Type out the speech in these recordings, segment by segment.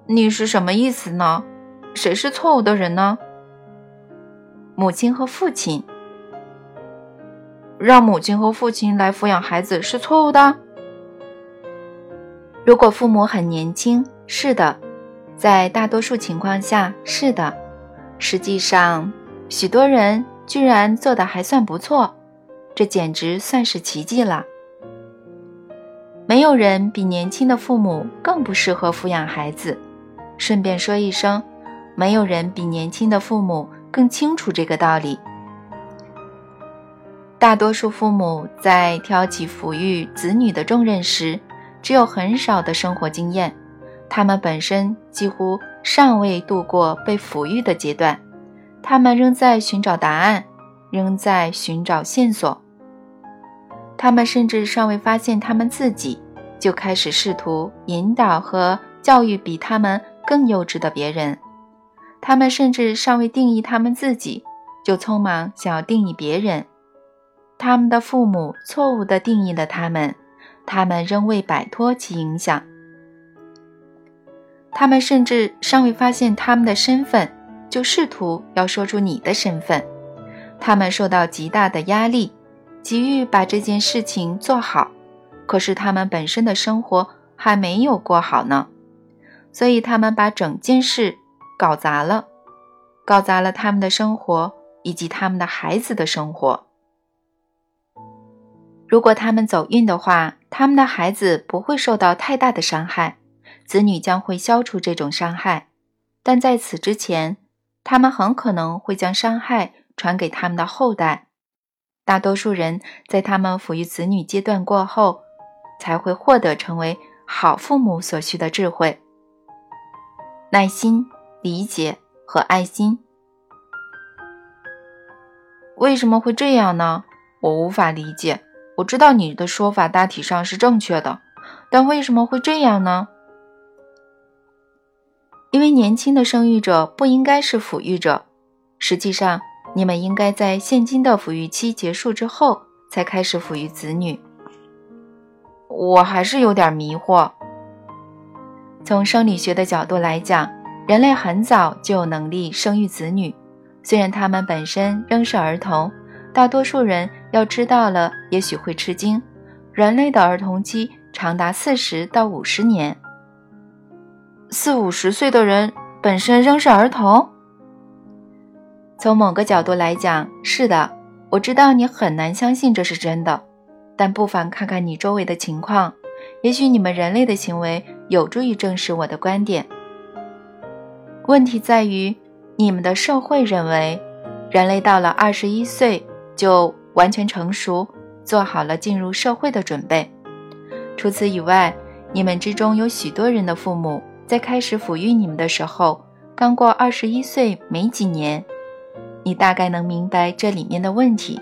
你是什么意思呢？谁是错误的人呢？母亲和父亲。让母亲和父亲来抚养孩子是错误的？如果父母很年轻，是的，在大多数情况下是的。实际上，许多人居然做得还算不错，这简直算是奇迹了。没有人比年轻的父母更不适合抚养孩子。顺便说一声，没有人比年轻的父母更清楚这个道理。大多数父母在挑起抚育子女的重任时，只有很少的生活经验，他们本身几乎尚未度过被抚育的阶段，他们仍在寻找答案，仍在寻找线索。他们甚至尚未发现他们自己，就开始试图引导和教育比他们更幼稚的别人。他们甚至尚未定义他们自己，就匆忙想要定义别人。他们的父母错误地定义了他们，他们仍未摆脱其影响。他们甚至尚未发现他们的身份，就试图要说出你的身份。他们受到极大的压力，急于把这件事情做好，可是他们本身的生活还没有过好呢，所以他们把整件事搞砸了，搞砸了他们的生活以及他们的孩子的生活。如果他们走运的话，他们的孩子不会受到太大的伤害，子女将会消除这种伤害，但在此之前，他们很可能会将伤害传给他们的后代。大多数人在他们抚育子女阶段过后，才会获得成为好父母所需的智慧、耐心、理解和爱心。为什么会这样呢？我无法理解。我知道你的说法大体上是正确的，但为什么会这样呢？因为年轻的生育者不应该是抚育者，实际上，你们应该在现今的抚育期结束之后才开始抚育子女。我还是有点迷惑。从生理学的角度来讲，人类很早就有能力生育子女，虽然他们本身仍是儿童。大多数人要知道了也许会吃惊，人类的儿童期长达40到50年。40-50岁的人本身仍是儿童？从某个角度来讲，是的，我知道你很难相信这是真的，但不妨看看你周围的情况，也许你们人类的行为有助于证实我的观点。问题在于，你们的社会认为，人类到了21岁就完全成熟，做好了进入社会的准备。除此以外，你们之中有许多人的父母在开始抚育你们的时候，刚过21岁没几年。你大概能明白这里面的问题。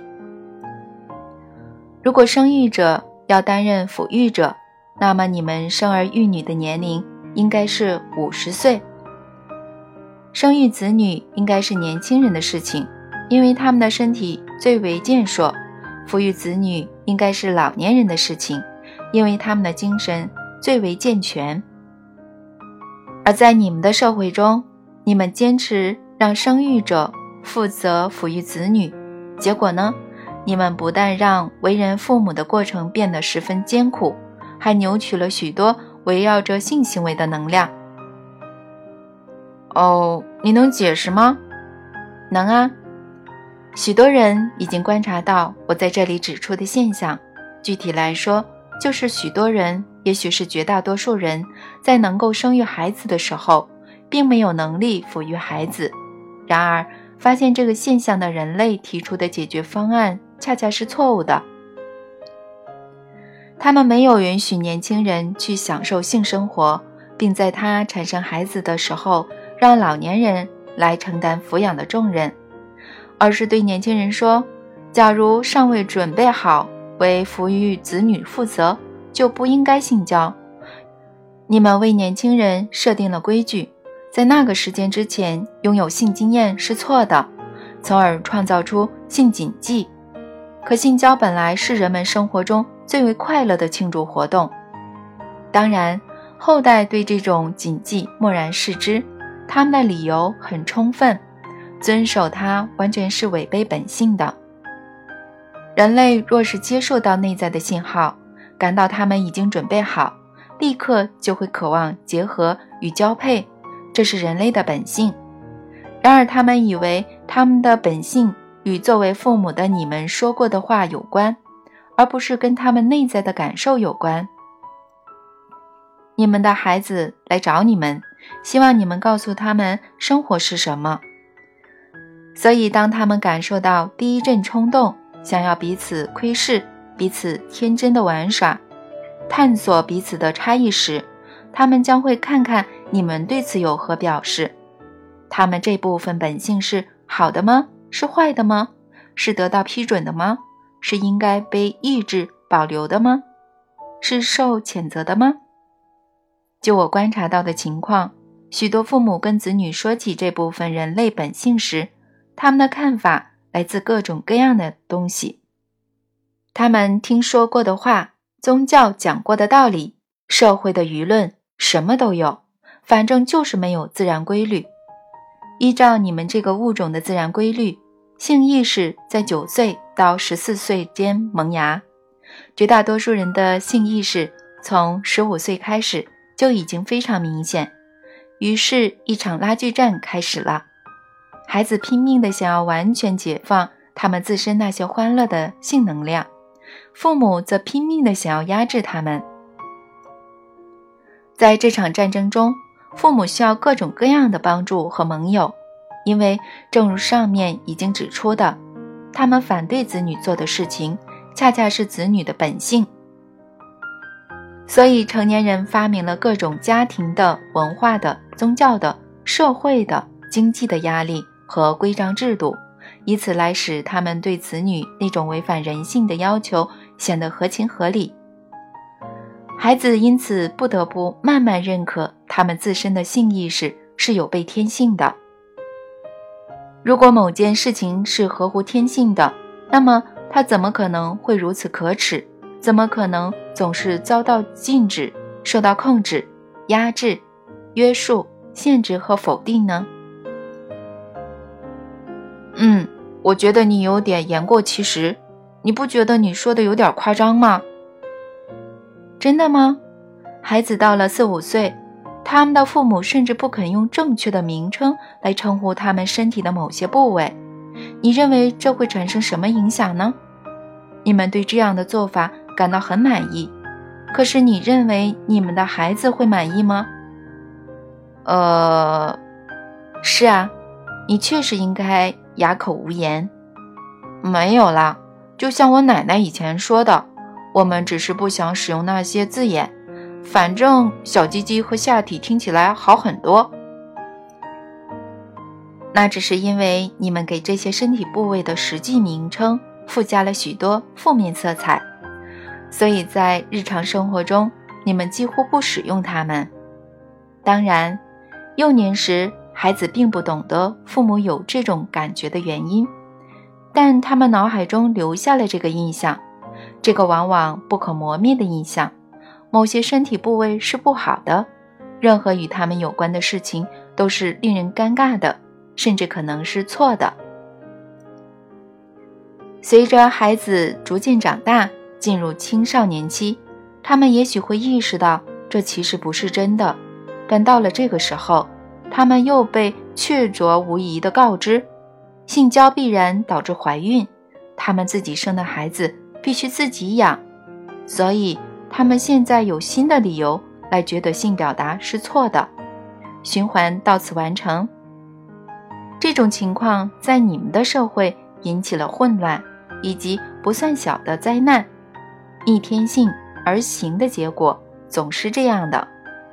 如果生育者要担任抚育者，那么你们生儿育女的年龄应该是50岁。生育子女应该是年轻人的事情，因为他们的身体最为健硕。抚育子女应该是老年人的事情，因为他们的精神最为健全。而在你们的社会中，你们坚持让生育者负责抚育子女，结果呢，你们不但让为人父母的过程变得十分艰苦，还扭曲了许多围绕着性行为的能量。你能解释吗？能啊。许多人已经观察到我在这里指出的现象，具体来说，就是许多人，也许是绝大多数人，在能够生育孩子的时候，并没有能力抚育孩子。然而，发现这个现象的人类提出的解决方案恰恰是错误的。他们没有允许年轻人去享受性生活，并在他产生孩子的时候，让老年人来承担抚养的重任，而是对年轻人说，假如尚未准备好为抚育子女负责，就不应该性交。你们为年轻人设定了规矩，在那个时间之前拥有性经验是错的，从而创造出性谨记。可性交本来是人们生活中最为快乐的庆祝活动。当然， 后代对这种谨记漠然视之，他们的理由很充分，遵守它完全是违背本性的。人类若是接受到内在的信号，感到他们已经准备好，立刻就会渴望结合与交配，这是人类的本性。然而他们以为他们的本性与作为父母的你们说过的话有关，而不是跟他们内在的感受有关。你们的孩子来找你们，希望你们告诉他们生活是什么。所以当他们感受到第一阵冲动，想要彼此窥视，彼此天真的玩耍，探索彼此的差异时，他们将会看看你们对此有何表示。他们这部分本性是好的吗？是坏的吗？是得到批准的吗？是应该被抑制保留的吗？是受谴责的吗？就我观察到的情况，许多父母跟子女说起这部分人类本性时，他们的看法来自各种各样的东西。他们听说过的话，宗教讲过的道理，社会的舆论，什么都有，反正就是没有自然规律。依照你们这个物种的自然规律，性意识在9岁到14岁间萌芽，绝大多数人的性意识从15岁开始就已经非常明显，于是一场拉锯战开始了。孩子拼命地想要完全解放他们自身那些欢乐的性能量，父母则拼命地想要压制他们。在这场战争中，父母需要各种各样的帮助和盟友，因为正如上面已经指出的，他们反对子女做的事情，恰恰是子女的本性。所以成年人发明了各种家庭的、文化的、宗教的、社会的、经济的压力和规章制度，以此来使他们对子女那种违反人性的要求显得合情合理。孩子因此不得不慢慢认可他们自身的性意识是有悖天性的。如果某件事情是合乎天性的，那么它怎么可能会如此可耻？怎么可能总是遭到禁止、受到控制、压制、约束、限制和否定呢？我觉得你有点言过其实，你不觉得你说的有点夸张吗？真的吗？孩子到了4、5岁，他们的父母甚至不肯用正确的名称来称呼他们身体的某些部位，你认为这会产生什么影响呢？你们对这样的做法感到很满意，可是你认为你们的孩子会满意吗？是啊，你确实应该哑口无言。没有啦，就像我奶奶以前说的，我们只是不想使用那些字眼，反正小鸡鸡和下体听起来好很多。那只是因为你们给这些身体部位的实际名称附加了许多负面色彩，所以在日常生活中你们几乎不使用它们。当然，幼年时孩子并不懂得父母有这种感觉的原因，但他们脑海中留下了这个印象，这个往往不可磨灭的印象。某些身体部位是不好的，任何与他们有关的事情都是令人尴尬的，甚至可能是错的。随着孩子逐渐长大，进入青少年期，他们也许会意识到这其实不是真的，但到了这个时候，他们又被确凿无疑地告知，性交必然导致怀孕，他们自己生的孩子必须自己养，所以他们现在有新的理由来觉得性表达是错的，循环到此完成。这种情况在你们的社会引起了混乱以及不算小的灾难，逆天性而行的结果总是这样的。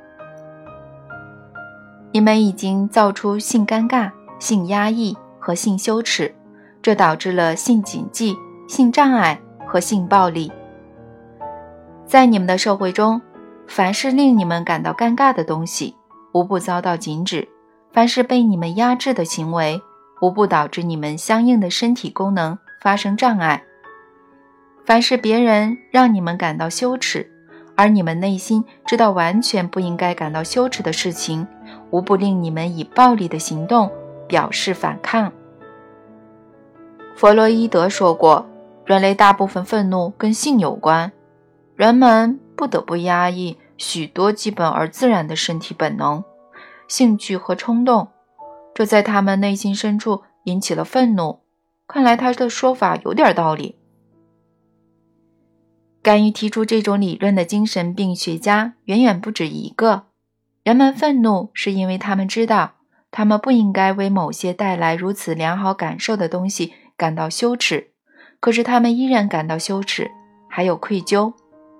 你们已经造出性尴尬、性压抑和性羞耻，这导致了性谨记、性障碍和性暴力。在你们的社会中，凡是令你们感到尴尬的东西，无不遭到禁止；凡是被你们压制的行为，无不导致你们相应的身体功能发生障碍。凡是别人让你们感到羞耻， 而你们内心知道完全不应该感到羞耻的事情，无不令你们以暴力的行动表示反抗。弗洛伊德说过，人类大部分愤怒跟性有关，人们不得不压抑许多基本而自然的身体本能、兴趣和冲动，这在他们内心深处引起了愤怒。看来他的说法有点道理。敢于提出这种理论的精神病学家远远不止一个。人们愤怒是因为他们知道，他们不应该为某些带来如此良好感受的东西感到羞耻，可是他们依然感到羞耻，还有愧疚。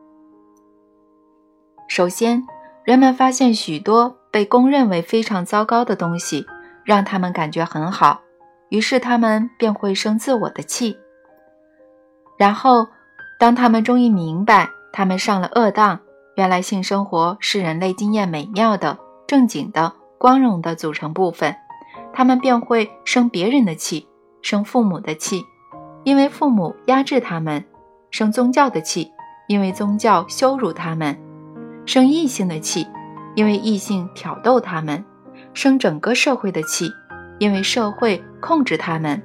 首先，人们发现许多被公认为非常糟糕的东西，让他们感觉很好，于是他们便会生自我的气。然后，当他们终于明白他们上了恶当，原来性生活是人类经验美妙的、正经的、光荣的组成部分，他们便会生别人的气，生父母的气，因为父母压制他们；生宗教的气，因为宗教羞辱他们；生异性的气，因为异性挑逗他们；生整个社会的气，因为社会控制他们。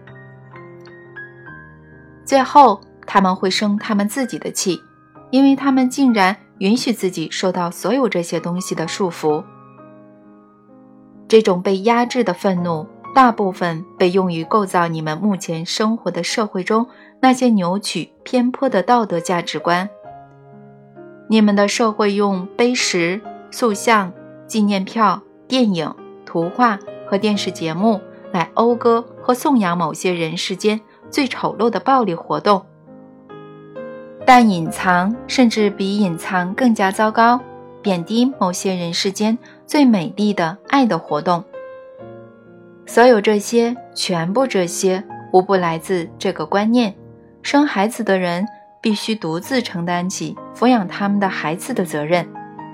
最后，他们会生他们自己的气，因为他们竟然允许自己受到所有这些东西的束缚。这种被压制的愤怒，大部分被用于构造你们目前生活的社会中那些扭曲偏颇的道德价值观。你们的社会用碑石、塑像、纪念票、电影、图画和电视节目来讴歌和颂扬某些人世间最丑陋的暴力活动，但隐藏甚至比隐藏更加糟糕，贬低某些人世间最美丽的爱的活动。所有这些，全部这些，无不来自这个观念：生孩子的人必须独自承担起抚养他们的孩子的责任。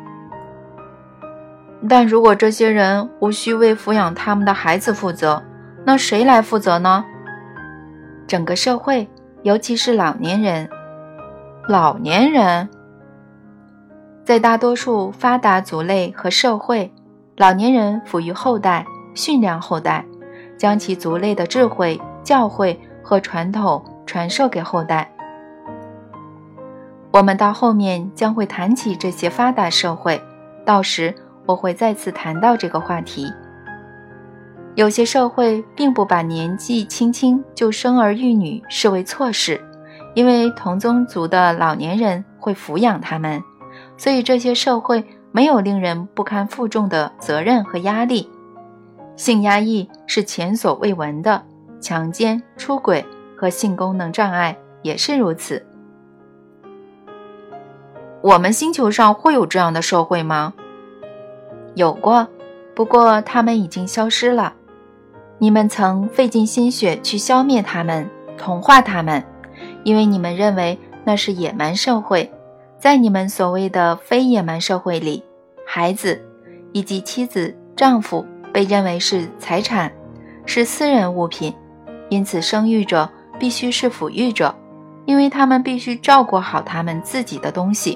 但如果这些人无需为抚养他们的孩子负责，那谁来负责呢？整个社会，尤其是老年人。老年人，在大多数发达族类和社会，老年人抚育后代，驯良后代，将其族类的智慧、教诲和传统传授给后代。我们到后面将会谈起这些发达社会，到时我会再次谈到这个话题。有些社会并不把年纪轻轻就生儿育女视为错事，因为同宗族的老年人会抚养他们，所以这些社会没有令人不堪负重的责任和压力。性压抑是前所未闻的，强奸、出轨和性功能障碍也是如此。我们星球上会有这样的社会吗？有过，不过它们已经消失了。你们曾费尽心血去消灭它们，同化它们，因为你们认为那是野蛮社会。在你们所谓的非野蛮社会里，孩子以及妻子、丈夫被认为是财产，是私人物品，因此生育者必须是抚育者，因为他们必须照顾好他们自己的东西。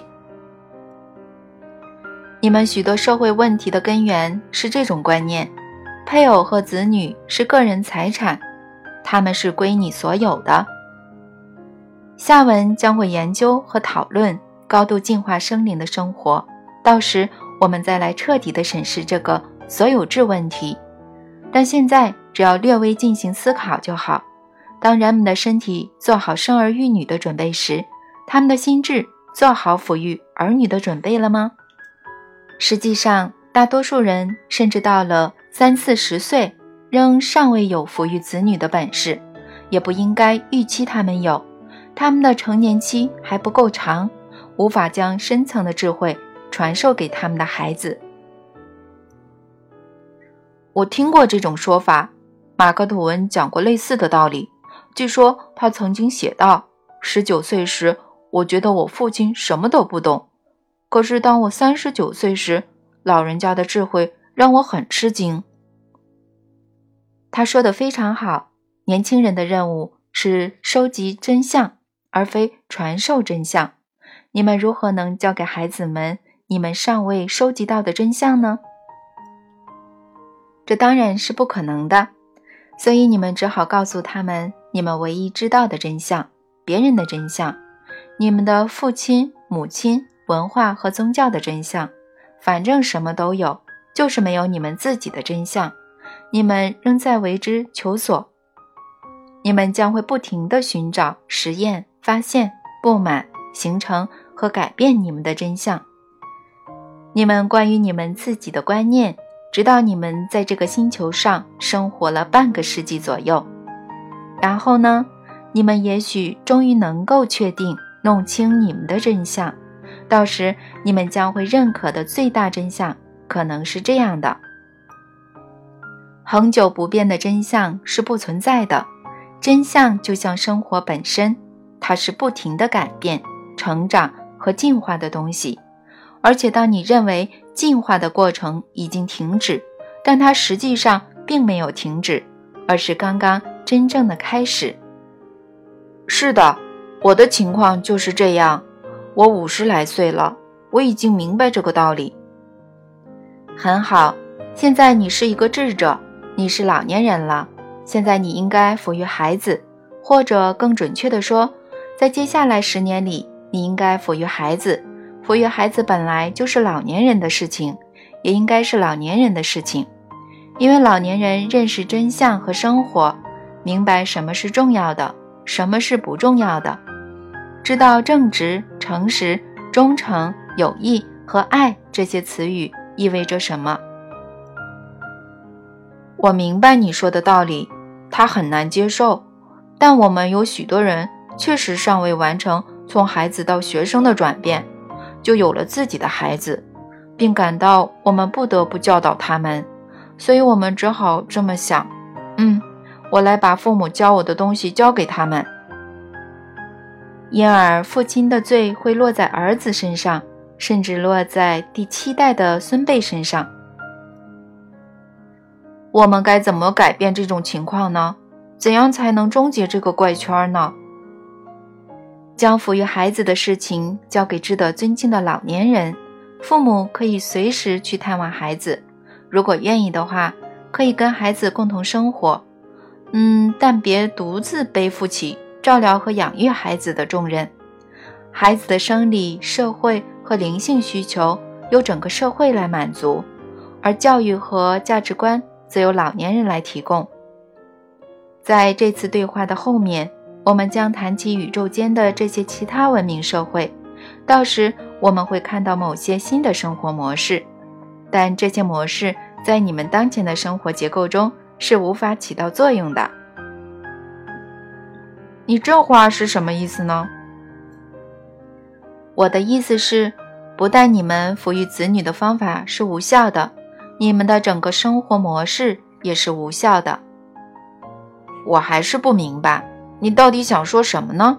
你们许多社会问题的根源是这种观念：配偶和子女是个人财产，他们是归你所有的。下文将会研究和讨论高度进化生灵的生活，到时我们再来彻底地审视这个所有制问题。但现在只要略微进行思考就好。当人们的身体做好生儿育女的准备时，他们的心智做好抚育儿女的准备了吗？实际上，大多数人甚至到了30-40岁，仍尚未有抚育子女的本事，也不应该预期他们有。他们的成年期还不够长，无法将深层的智慧传授给他们的孩子。我听过这种说法，马克吐温讲过类似的道理。据说他曾经写道：19岁时，我觉得我父亲什么都不懂，可是当我39岁时，老人家的智慧让我很吃惊。他说得非常好，年轻人的任务是收集真相，而非传授真相。 你们如何能教给孩子们你们尚未收集到的真相呢？这当然是不可能的，所以你们只好告诉他们你们唯一知道的真相，别人的真相，你们的父亲、母亲、文化和宗教的真相，反正什么都有，就是没有你们自己的真相，你们仍在为之求索。你们将会不停地寻找、实验、发现、不满、形成和改变你们的真相。你们关于你们自己的观念，直到你们在这个星球上生活了半个世纪左右。然后呢，你们也许终于能够确定、弄清你们的真相。到时你们将会认可的最大真相可能是这样的：恒久不变的真相是不存在的。真相就像生活本身，它是不停地改变、成长和进化的东西。而且当你认为进化的过程已经停止，但它实际上并没有停止，而是刚刚真正的开始。是的，我的情况就是这样。我50来岁了，我已经明白这个道理。很好，现在你是一个智者，你是老年人了。现在你应该抚育孩子，或者更准确地说，在接下来10年里，你应该抚育孩子。抚育孩子本来就是老年人的事情，也应该是老年人的事情，因为老年人认识真相和生活，明白什么是重要的，什么是不重要的，知道正直、诚实、忠诚、友谊和爱这些词语意味着什么。我明白你说的道理，它很难接受，但我们有许多人确实尚未完成从孩子到学生的转变，就有了自己的孩子，并感到我们不得不教导他们，所以我们只好这么想，我来把父母教我的东西教给他们。因而父亲的罪会落在儿子身上，甚至落在第7代的孙辈身上。我们该怎么改变这种情况呢？怎样才能终结这个怪圈呢？将抚育孩子的事情交给值得尊敬的老年人，父母可以随时去探望孩子，如果愿意的话，可以跟孩子共同生活，但别独自背负起照料和养育孩子的重任。孩子的生理、社会和灵性需求由整个社会来满足，而教育和价值观则由老年人来提供。在这次对话的后面，我们将谈起宇宙间的这些其他文明社会，到时我们会看到某些新的生活模式，但这些模式在你们当前的生活结构中是无法起到作用的。你这话是什么意思呢？我的意思是，不但你们抚育子女的方法是无效的，你们的整个生活模式也是无效的。我还是不明白，你到底想说什么呢？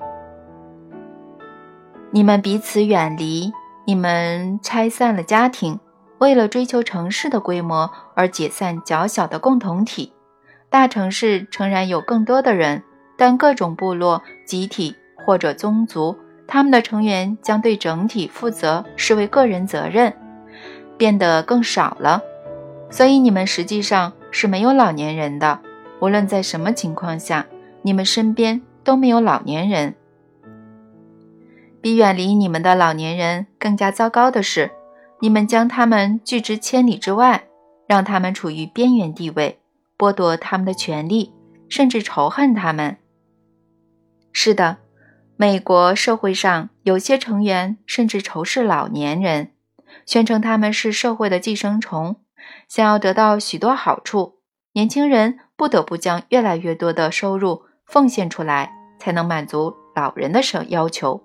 你们彼此远离，你们拆散了家庭，为了追求城市的规模而解散较小的共同体。大城市诚然有更多的人，但各种部落、集体或者宗族，他们的成员将对整体负责视为个人责任，变得更少了。所以你们实际上是没有老年人的，无论在什么情况下，你们身边都没有老年人。比远离你们的老年人更加糟糕的是，你们将他们拒之千里之外，让他们处于边缘地位，剥夺他们的权利，甚至仇恨他们。是的，美国社会上有些成员甚至仇视老年人，宣称他们是社会的寄生虫，想要得到许多好处，年轻人不得不将越来越多的收入奉献出来，才能满足老人的要求。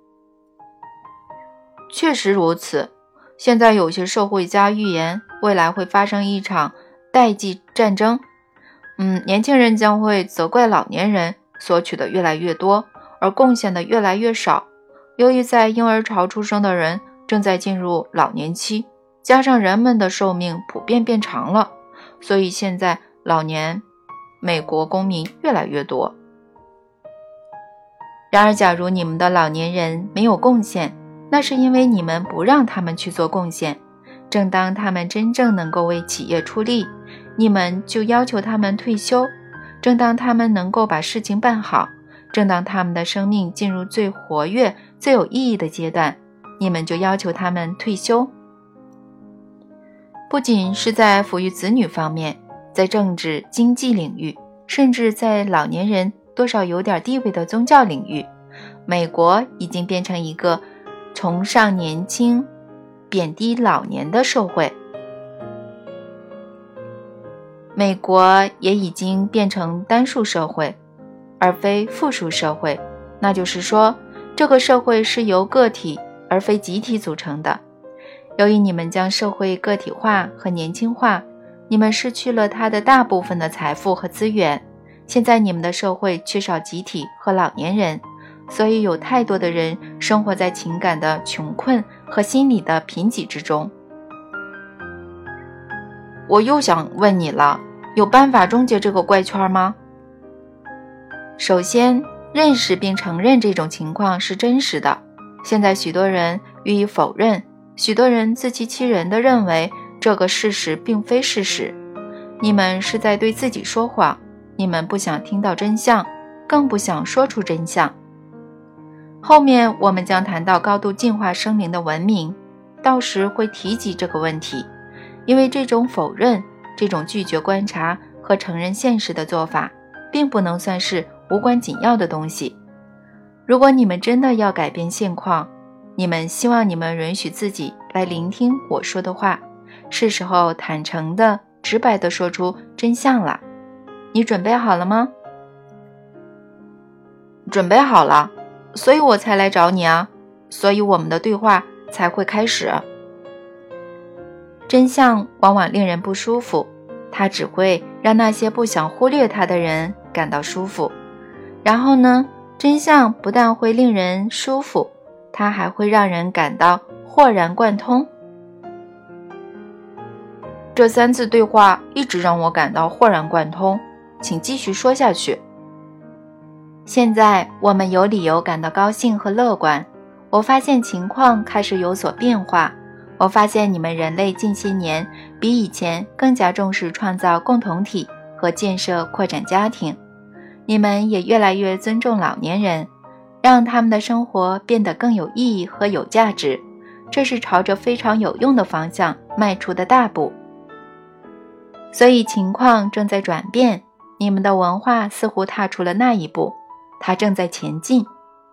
确实如此，现在有些社会家预言未来会发生一场代际战争，年轻人将会责怪老年人索取的越来越多，而贡献的越来越少。由于在婴儿潮出生的人正在进入老年期，加上人们的寿命普遍变长了，所以现在老年美国公民越来越多。然而假如你们的老年人没有贡献， 那是因为你们不让他们去做贡献。正当他们真正能够为企业出力，你们就要求他们退休。正当他们能够把事情办好，正当他们的生命进入最活跃、最有意义的阶段，你们就要求他们退休。不仅是在抚育子女方面，在政治、经济领域，甚至在老年人多少有点地位的宗教领域，美国已经变成一个崇尚年轻、贬低老年的社会。美国也已经变成单数社会，而非复数社会。那就是说，这个社会是由个体而非集体组成的。由于你们将社会个体化和年轻化，你们失去了它的大部分的财富和资源。现在你们的社会缺少集体和老年人，所以有太多的人生活在情感的穷困和心理的贫瘠之中。我又想问你了，有办法终结这个怪圈吗？首先，认识并承认这种情况是真实的。现在许多人予以否认，许多人自欺欺人地认为这个事实并非事实。你们是在对自己说谎，你们不想听到真相，更不想说出真相。后面我们将谈到高度进化生灵的文明，到时会提及这个问题。因为这种否认，这种拒绝观察和承认现实的做法，并不能算是无关紧要的东西。如果你们真的要改变现况，你们希望你们允许自己来聆听我说的话，是时候坦诚的、直白地说出真相了。你准备好了吗？准备好了，所以我才来找你啊，所以我们的对话才会开始。真相往往令人不舒服，它只会让那些不想忽略它的人感到舒服。然后呢，真相不但会令人舒服，它还会让人感到豁然贯通。这3次对话一直让我感到豁然贯通，请继续说下去。现在我们有理由感到高兴和乐观。我发现情况开始有所变化。我发现你们人类近些年比以前更加重视创造共同体和建设扩展家庭。你们也越来越尊重老年人，让他们的生活变得更有意义和有价值。这是朝着非常有用的方向迈出的大步。所以情况正在转变，你们的文化似乎踏出了那一步，它正在前进。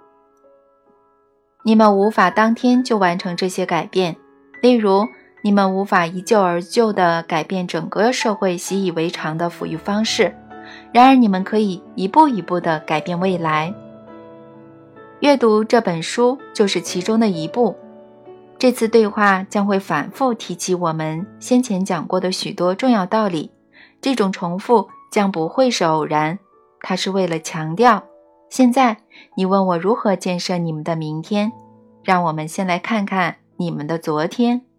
你们无法当天就完成这些改变，例如，你们无法一蹴而就地改变整个社会习以为常的抚育方式，然而你们可以一步一步地改变未来。阅读这本书就是其中的一步。这次对话将会反复提起我们先前讲过的许多重要道理，这种重复将不会是偶然，它是为了强调。现在，你问我如何建设你们的明天，让我们先来看看你们的昨天。